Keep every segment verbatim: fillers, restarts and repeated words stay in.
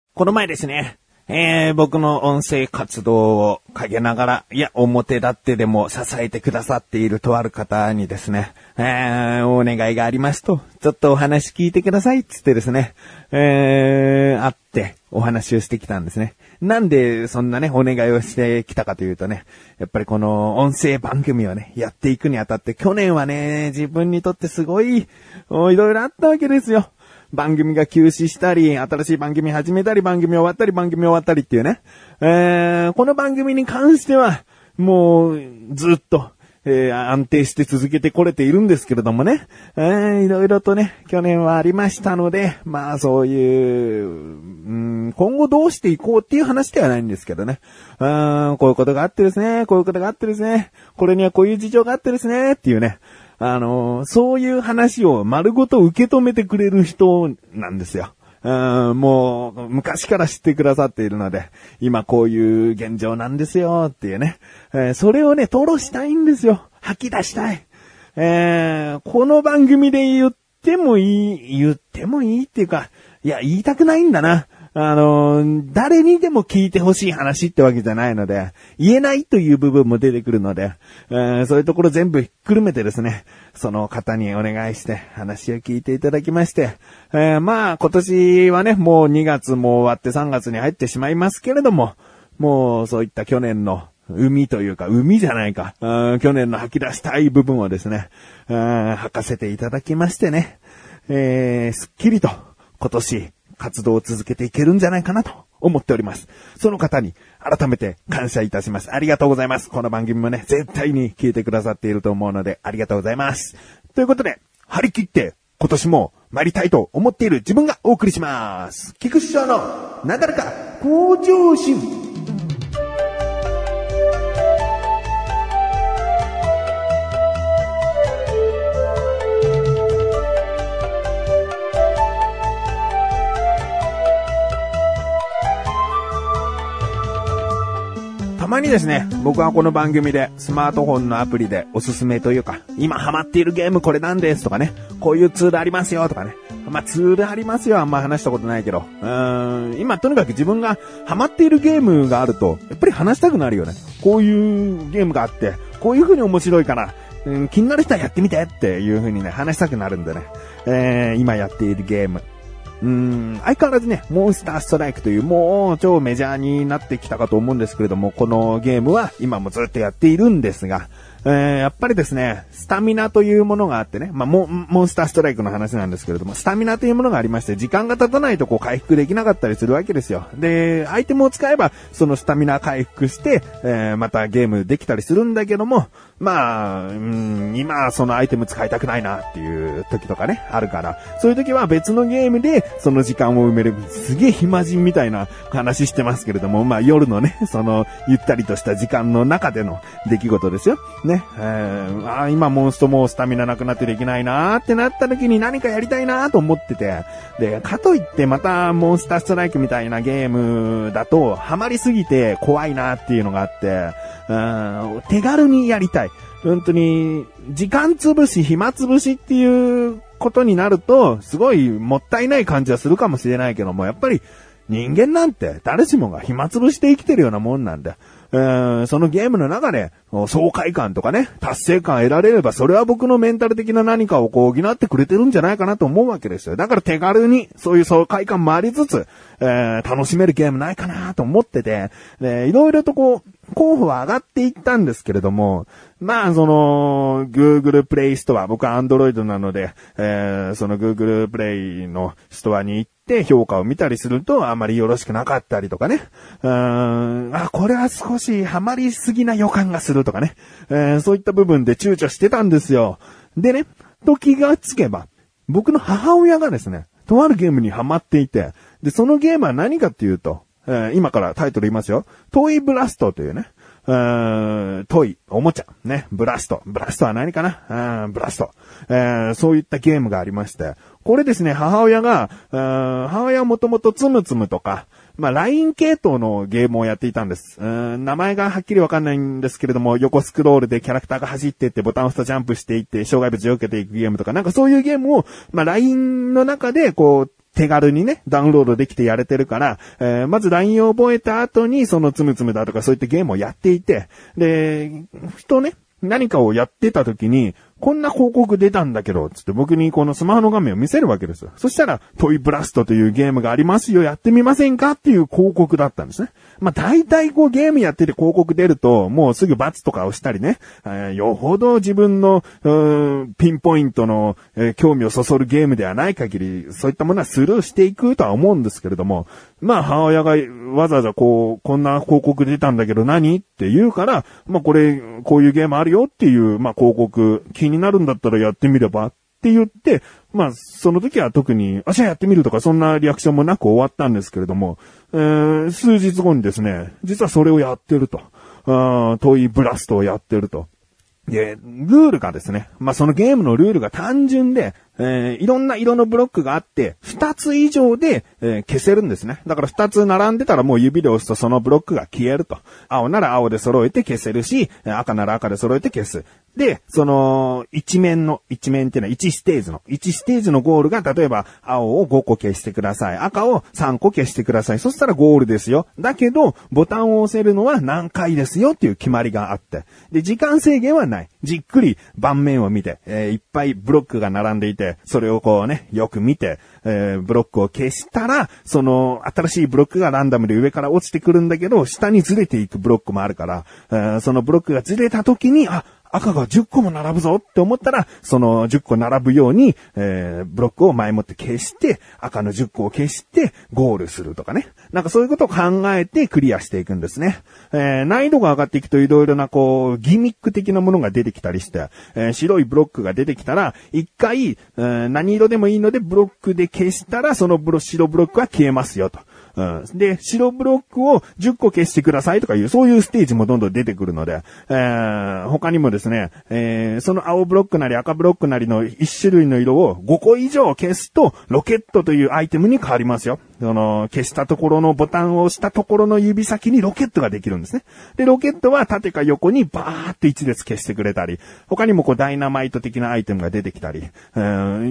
この前ですね、えー、僕の音声活動を陰ながら、いや、表立ってでも支えてくださっているとある方にですね、えー、お願いがありますと、ちょっとお話聞いてくださいっつってですね、えー、会ってお話をしてきたんですね。なんでそんなね、お願いをしてきたかというとね、やっぱりこの音声番組をね、やっていくにあたって、去年はね、自分にとってすごい、いろいろあったわけですよ。番組が休止したり、新しい番組始めたり、番組終わったり、番組終わったりっていうね。えー、この番組に関しては、もう、ずっと、えー、安定して続けてこれているんですけれどもね。えー、いろいろとね、去年はありましたので、まあそういう、うん、今後どうしていこうっていう話ではないんですけどね。うん、こういうことがあってですね、こういうことがあってですね、これにはこういう事情があってですね、っていうね。あのー、そういう話を丸ごと受け止めてくれる人なんですよ。うん、もう、昔から知ってくださっているので、今こういう現状なんですよっていうね。えー、それをね、吐露したいんですよ。吐き出したい。えー、この番組で言ってもいい、言ってもいいっていうか、いや、言いたくないんだな。あのー、誰にでも聞いてほしい話ってわけじゃないので、言えないという部分も出てくるので、えー、そういうところ全部ひっくるめてですね、その方にお願いして話を聞いていただきまして、えー、まあ今年はね、もうにがつも終わってさんがつに入ってしまいますけれども、もうそういった去年の海というか、海じゃないか、去年の吐き出したい部分をですね、吐かせていただきましてね、えー、すっきりと今年、活動を続けていけるんじゃないかなと思っております。その方に改めて感謝いたします。ありがとうございます。この番組もね、絶対に聞いてくださっていると思うので、ありがとうございます。ということで、張り切って今年も参りたいと思っている自分がお送りします。菊師匠のなだらか向上心。たまにですね、僕はこの番組でスマートフォンのアプリでおすすめというか、今ハマっているゲームこれなんですとかね、こういうツールありますよとかね、まあツールありますよ、あんま話したことないけど、うーん、今とにかく自分がハマっているゲームがあると、やっぱり話したくなるよね。こういうゲームがあって、こういう風に面白いから、うん、気になる人はやってみてっていう風にね、話したくなるんでね、えー、今やっているゲーム。うーん、相変わらずね、モンスターストライクというもう超メジャーになってきたかと思うんですけれども、このゲームは今もずっとやっているんですが、えー、やっぱりですね、スタミナというものがあってね、まあ、モン、モンスターストライクの話なんですけれども、スタミナというものがありまして、時間が経たないとこう回復できなかったりするわけですよ。で、アイテムを使えば、そのスタミナ回復して、えー、またゲームできたりするんだけども、まあ、うん、今そのアイテム使いたくないなっていう時とかね、あるから、そういう時は別のゲームでその時間を埋める、すげえ暇人みたいな話してますけれども、まあ夜のね、そのゆったりとした時間の中での出来事ですよ。ね、えー、あ今モンストもうスタミナなくなってできないなーってなった時に何かやりたいなーと思ってて、で、かといってまたモンスターストライクみたいなゲームだとハマりすぎて怖いなーっていうのがあって、うん、手軽にやりたい。本当に、時間潰し、暇潰しっていうことになると、すごいもったいない感じはするかもしれないけども、やっぱり人間なんて誰しもが暇潰して生きてるようなもんなんだ。えー、そのゲームの中で爽快感とかね、達成感得られれば、それは僕のメンタル的な何かをこう補ってくれてるんじゃないかなと思うわけですよ。だから手軽にそういう爽快感もありつつ、えー、楽しめるゲームないかなと思ってて、で、いろいろとこう候補は上がっていったんですけれども、まあその Google Play Store、僕は Android なので、えー、その Google Play のストアに行って評価を見たりするとあまりよろしくなかったりとかね、うーん、あ、これは少しハマりすぎな予感がするとかね、えー、そういった部分で躊躇してたんですよ。でね、時がつけば僕の母親がですね、とあるゲームにハマっていて、でそのゲームは何かっていうと、えー、今からタイトル言いますよ。トイブラストというね、うーん、トイ、おもちゃ、ね、ブラスト。ブラストは何かな、うん、ブラスト、えー。そういったゲームがありまして、これですね、母親が、母親はもともとつむつむとか、まあ、ライン 系統のゲームをやっていたんです。うーん、名前がはっきりわかんないんですけれども、横スクロールでキャラクターが走っていって、ボタンを押すとジャンプしていって、障害物を避けていくゲームとか、なんかそういうゲームを、まあ、ライン の中で、こう、 手軽にね、ダウンロードできてやれてるから、えー、まずラインを覚えた後にそのつむつむだとかそういったゲームをやっていて、で、ふとね、何かをやってた時に、こんな広告出たんだけど、つって僕にこのスマホの画面を見せるわけですよ。そしたら、トイブラストというゲームがありますよ、やってみませんかっていう広告だったんですね。まあ大体こうゲームやってて広告出ると、もうすぐバツとか押したりね、えー、よほど自分の、うーん、ピンポイントの、えー、興味をそそるゲームではない限り、そういったものはスルーしていくとは思うんですけれども、まあ母親がわざわざこう、こんな広告出たんだけど何って言うから、まあこれ、こういうゲームあるよっていう、まあ広告、気になるんだったらやってみればって言って、まあその時は特に、あ、じゃあやってみるとかそんなリアクションもなく終わったんですけれども、えー、数日後にですね、実はそれをやってると。あ、トイブラストをやってると。で、ルールがですね、まあそのゲームのルールが単純で、えー、いろんな色のブロックがあって、二つ以上で、えー、消せるんですね。だから二つ並んでたらもう指で押すとそのブロックが消えると。青なら青で揃えて消せるし、赤なら赤で揃えて消す。で、その、一面の、一面っていうのは一ステージの、一ステージのゴールが、例えば、青をごこ消してください。赤をさんこ消してください。そしたらゴールですよ。だけど、ボタンを押せるのは何回ですよっていう決まりがあって。で、時間制限はない。じっくり盤面を見て、えー、いっぱいブロックが並んでいて、それをこうね、よく見て、えー、ブロックを消したら、その、新しいブロックがランダムで上から落ちてくるんだけど、下にずれていくブロックもあるから、えー、そのブロックがずれた時に、あ、赤がじゅっこも並ぶぞって思ったら、そのじゅっこ並ぶように、えー、ブロックを前もって消して、赤のじゅっこを消して、ゴールするとかね。なんかそういうことを考えてクリアしていくんですね。えー、難易度が上がっていくといろいろなこう、ギミック的なものが出てきたりして、えー、白いブロックが出てきたら、一回、えー、何色でもいいのでブロックで消したら、そのブロ、白ブロックは消えますよと。うん、で、白ブロックをじゅっこ消してくださいとかいう、そういうステージもどんどん出てくるので、えー、他にもですね、えー、その青ブロックなり赤ブロックなりのいち種類の色をごこ以上消すと、ロケットというアイテムに変わりますよ。その、消したところのボタンを押したところの指先にロケットができるんですね。で、ロケットは縦か横にバーって一列消してくれたり、他にもこうダイナマイト的なアイテムが出てきたり、うん、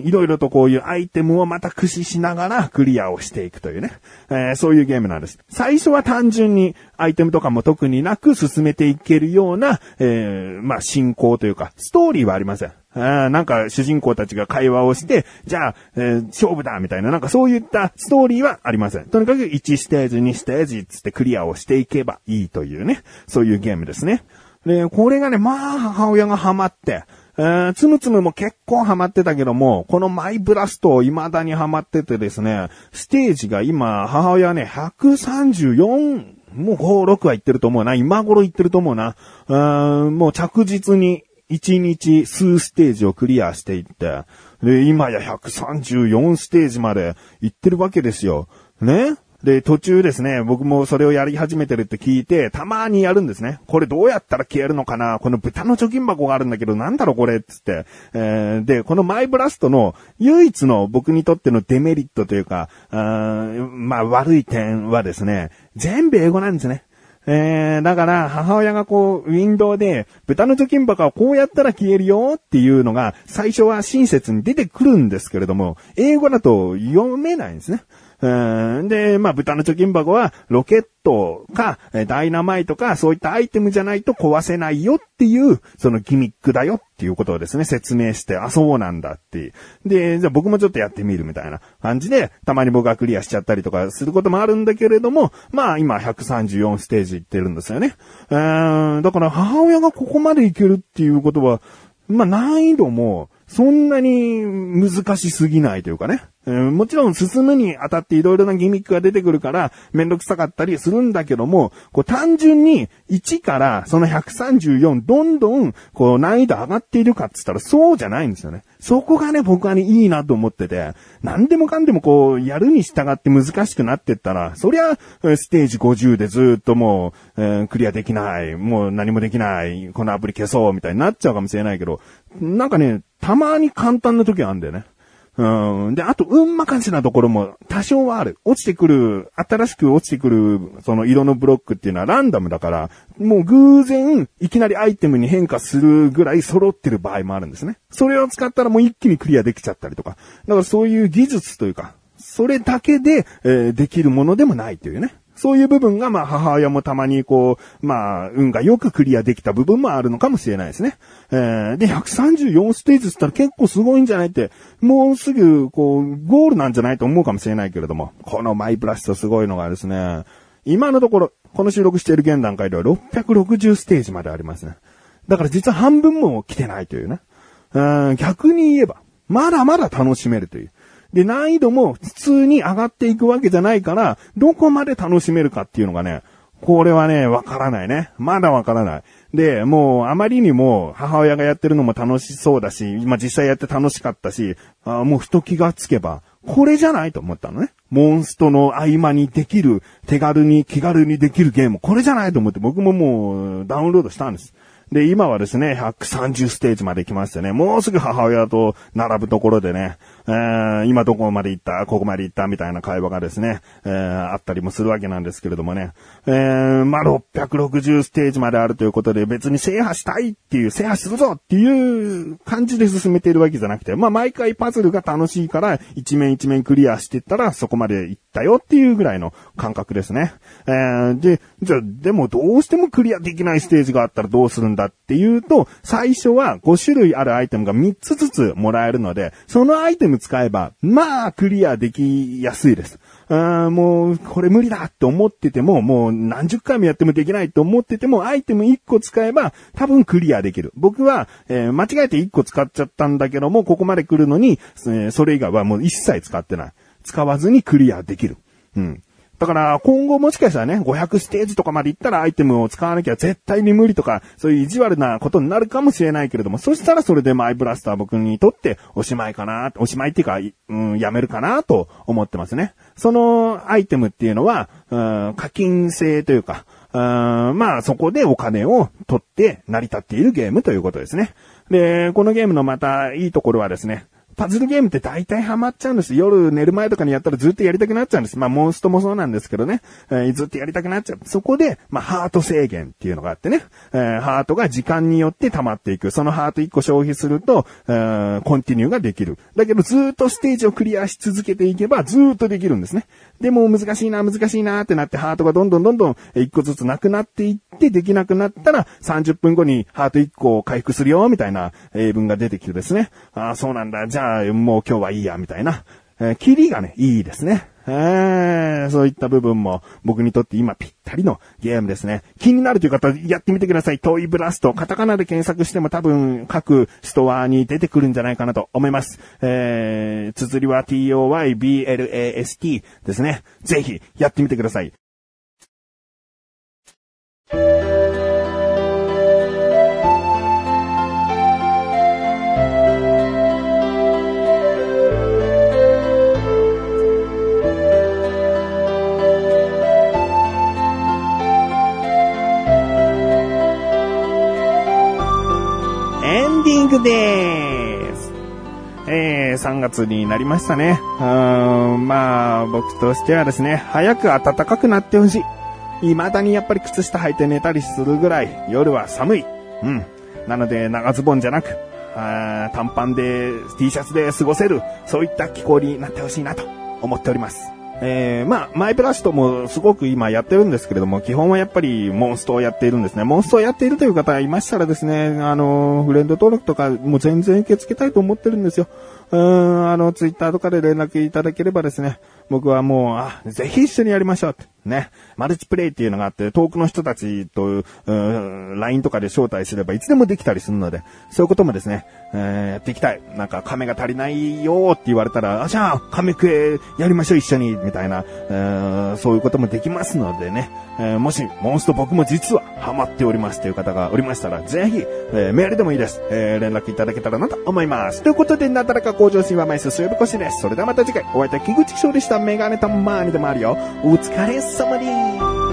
いろいろとこういうアイテムをまた駆使しながらクリアをしていくというね、えー、そういうゲームなんです。最初は単純にアイテムとかも特になく進めていけるような、えー、まあ進行というか、ストーリーはありません。あ、なんか主人公たちが会話をして、じゃあ、えー、勝負だみたいな、なんかそういったストーリーはありません。とにかくいちステージ、にステージつってクリアをしていけばいいというね、そういうゲームですね。で、これがね、まあ母親がハマって、えー、つむつむも結構ハマってたけども、このマイブラスト未だにハマっててですね、ステージが今、母親ね、ひゃくさんじゅうよん、もうご、ろくは言ってると思うな。今頃言ってると思うな。うーん、もう着実にいちにち数ステージをクリアしていって、で、今やひゃくさんじゅうよんステージまで行ってるわけですよ。ね？で、途中ですね、僕もそれをやり始めてるって聞いて、たまにやるんですね。これどうやったら消えるのかな？この豚の貯金箱があるんだけど、なんだろこれっつって。えー、で、このマイブラストの唯一の僕にとってのデメリットというか、あーまあ悪い点はですね、全部英語なんですね。えー、だから母親がこうウィンドウで豚の貯金箱はこうやったら消えるよっていうのが最初は親切に出てくるんですけれども、英語だと読めないんですね。うん、で、まあ、豚の貯金箱はロケットかダイナマイトかそういったアイテムじゃないと壊せないよっていうそのギミックだよっていうことをですね説明して、あ、そうなんだっていう。で、じゃあ僕もちょっとやってみるみたいな感じでたまに僕がクリアしちゃったりとかすることもあるんだけれども、まあ今ひゃくさんじゅうよんステージ行ってるんですよね。うん、だから母親がここまでいけるっていうことは、まあ難易度もそんなに難しすぎないというかね。えー、もちろん進むにあたっていろいろなギミックが出てくるからめんどくさかったりするんだけども、こう単純にいちからそのひゃくさんじゅうよんどんどんこう難易度上がっているかって言ったらそうじゃないんですよね。そこがね僕はねいいなと思ってて、何でもかんでもこうやるに従って難しくなってったら、そりゃステージごじゅうでずっともう、えー、クリアできない、もう何もできない、このアプリ消そうみたいになっちゃうかもしれないけど、なんかねたまに簡単な時あるんだよね。うん。で、あと、うんまかしなところも多少はある。落ちてくる、新しく落ちてくる、その色のブロックっていうのはランダムだから、もう偶然、いきなりアイテムに変化するぐらい揃ってる場合もあるんですね。それを使ったらもう一気にクリアできちゃったりとか。だからそういう技術というか、 それだけで、えー、できるものでもないというね。そういう部分が、まあ、母親もたまにこう、まあ、運がよくクリアできた部分もあるのかもしれないですね。えー、で、ひゃくさんじゅうよんステージしたら結構すごいんじゃないって、もうすぐ、こう、ゴールなんじゃないと思うかもしれないけれども、このマイブラストすごいのがですね、今のところ、この収録している現段階ではろっぴゃくろくじゅうステージまでありますね。だから実は半分も来てないというね。うん、逆に言えば、まだまだ楽しめるという。で、難易度も普通に上がっていくわけじゃないから、どこまで楽しめるかっていうのがね、これはね、わからないね。まだわからない。で、もうあまりにも母親がやってるのも楽しそうだし、まあ、実際やって楽しかったし、あもうふと気がつけば、これじゃないと思ったのね。モンストの合間にできる、手軽に気軽にできるゲーム、これじゃないと思って僕ももうダウンロードしたんです。で、今はですね、ひゃくさんじゅうステージまで来ましてね、もうすぐ母親と並ぶところでね、えー、今どこまで行った、ここまで行ったみたいな会話がですね、えー、あったりもするわけなんですけれどもね、えー、まあ、ろっぴゃくろくじゅうステージまであるということで、別に制覇したいっていう、制覇するぞっていう感じで進めているわけじゃなくて、まあ、毎回パズルが楽しいから、一面一面クリアしていったら、そこまで行ったよっていうぐらいの感覚ですね。えー、で、じゃあ、でもどうしてもクリアできないステージがあったらどうするんだっていうと、最初はご種類あるアイテムがみっつずつもらえるので、そのアイテム使えば、まあ、クリアできやすいです。あもう、これ無理だって思ってても、もう何十回もやってもできないと思ってても、アイテムいっこ使えば、多分クリアできる。僕は、えー、間違えていっこ使っちゃったんだけども、ここまで来るのに、えー、それ以外はもう一切使ってない。使わずにクリアできる。うん。だから今後もしかしたらね、ごひゃくステージとかまで行ったらアイテムを使わなきゃ絶対に無理とか、そういう意地悪なことになるかもしれないけれども、そしたらそれでマイブラスター僕にとっておしまいかな、おしまいっていうか、うん、やめるかなと思ってますね。そのアイテムっていうのは、うん、課金制というか、うん、まあそこでお金を取って成り立っているゲームということですね。で、このゲームのまたいいところはですね、パズルゲームって大体ハマっちゃうんです。夜寝る前とかにやったらずっとやりたくなっちゃうんです。まあモンストもそうなんですけどね、えー、ずっとやりたくなっちゃう。そこで、まあハート制限っていうのがあってね、えー、ハートが時間によって溜まっていく。そのハートいっこ消費すると、えー、コンティニューができる。だけどずっとステージをクリアし続けていけばずっとできるんですね。でも難しいな難しいなってなってハートがどんどんどんどんいっこずつなくなっていってできなくなったらさんじゅっぷんごにハートいっこを回復するよみたいな英文が出てきてですね。ああそうなんだ。じゃあもう今日はいいやみたいな。えー、キリがねいいですね。えー、そういった部分も僕にとって今ぴったりのゲームですね。気になるという方やってみてください。トイブラスト。カタカナで検索しても多分各ストアに出てくるんじゃないかなと思います。えー、綴りは ティーオーワイブラスト ですね。ぜひやってみてください。エンディングでーす。えー、さんがつになりましたね。うーん、まあ、僕としてはですね、早く暖かくなってほしい。未だにやっぱり靴下履いて寝たりするぐらい、夜は寒い。うん。なので、長ズボンじゃなく、あ短パンで T シャツで過ごせる、そういった気候になってほしいなと思っております。えー、まあ、マイブラストもすごく今やってるんですけれども、基本はやっぱりモンストをやっているんですね。モンストをやっているという方がいましたらですね、あの、フレンド登録とかもう全然受け付けたいと思ってるんですよ。うーん、あの、ツイッターとかで連絡いただければですね、僕はもう、あ、ぜひ一緒にやりましょうって。ね。マルチプレイっていうのがあって、遠くの人たちと、ライン とかで招待すればいつでもできたりするので、そういうこともですね、えー、やっていきたい。なんか、亀が足りないよって言われたら、あ、じゃあ、亀食え、やりましょう一緒に、みたいな、えー、そういうこともできますのでね、えー、もし、モンスト僕も実はハマっておりますという方がおりましたら、ぜひ、えー、メールでもいいです。えー、連絡いただけたらなと思います。ということで、なだらか向上心は枚数末ぶこしです。それではまた次回、お会いいたい木口翔でした。メガネたまーにでもあるよ。お疲れ様です。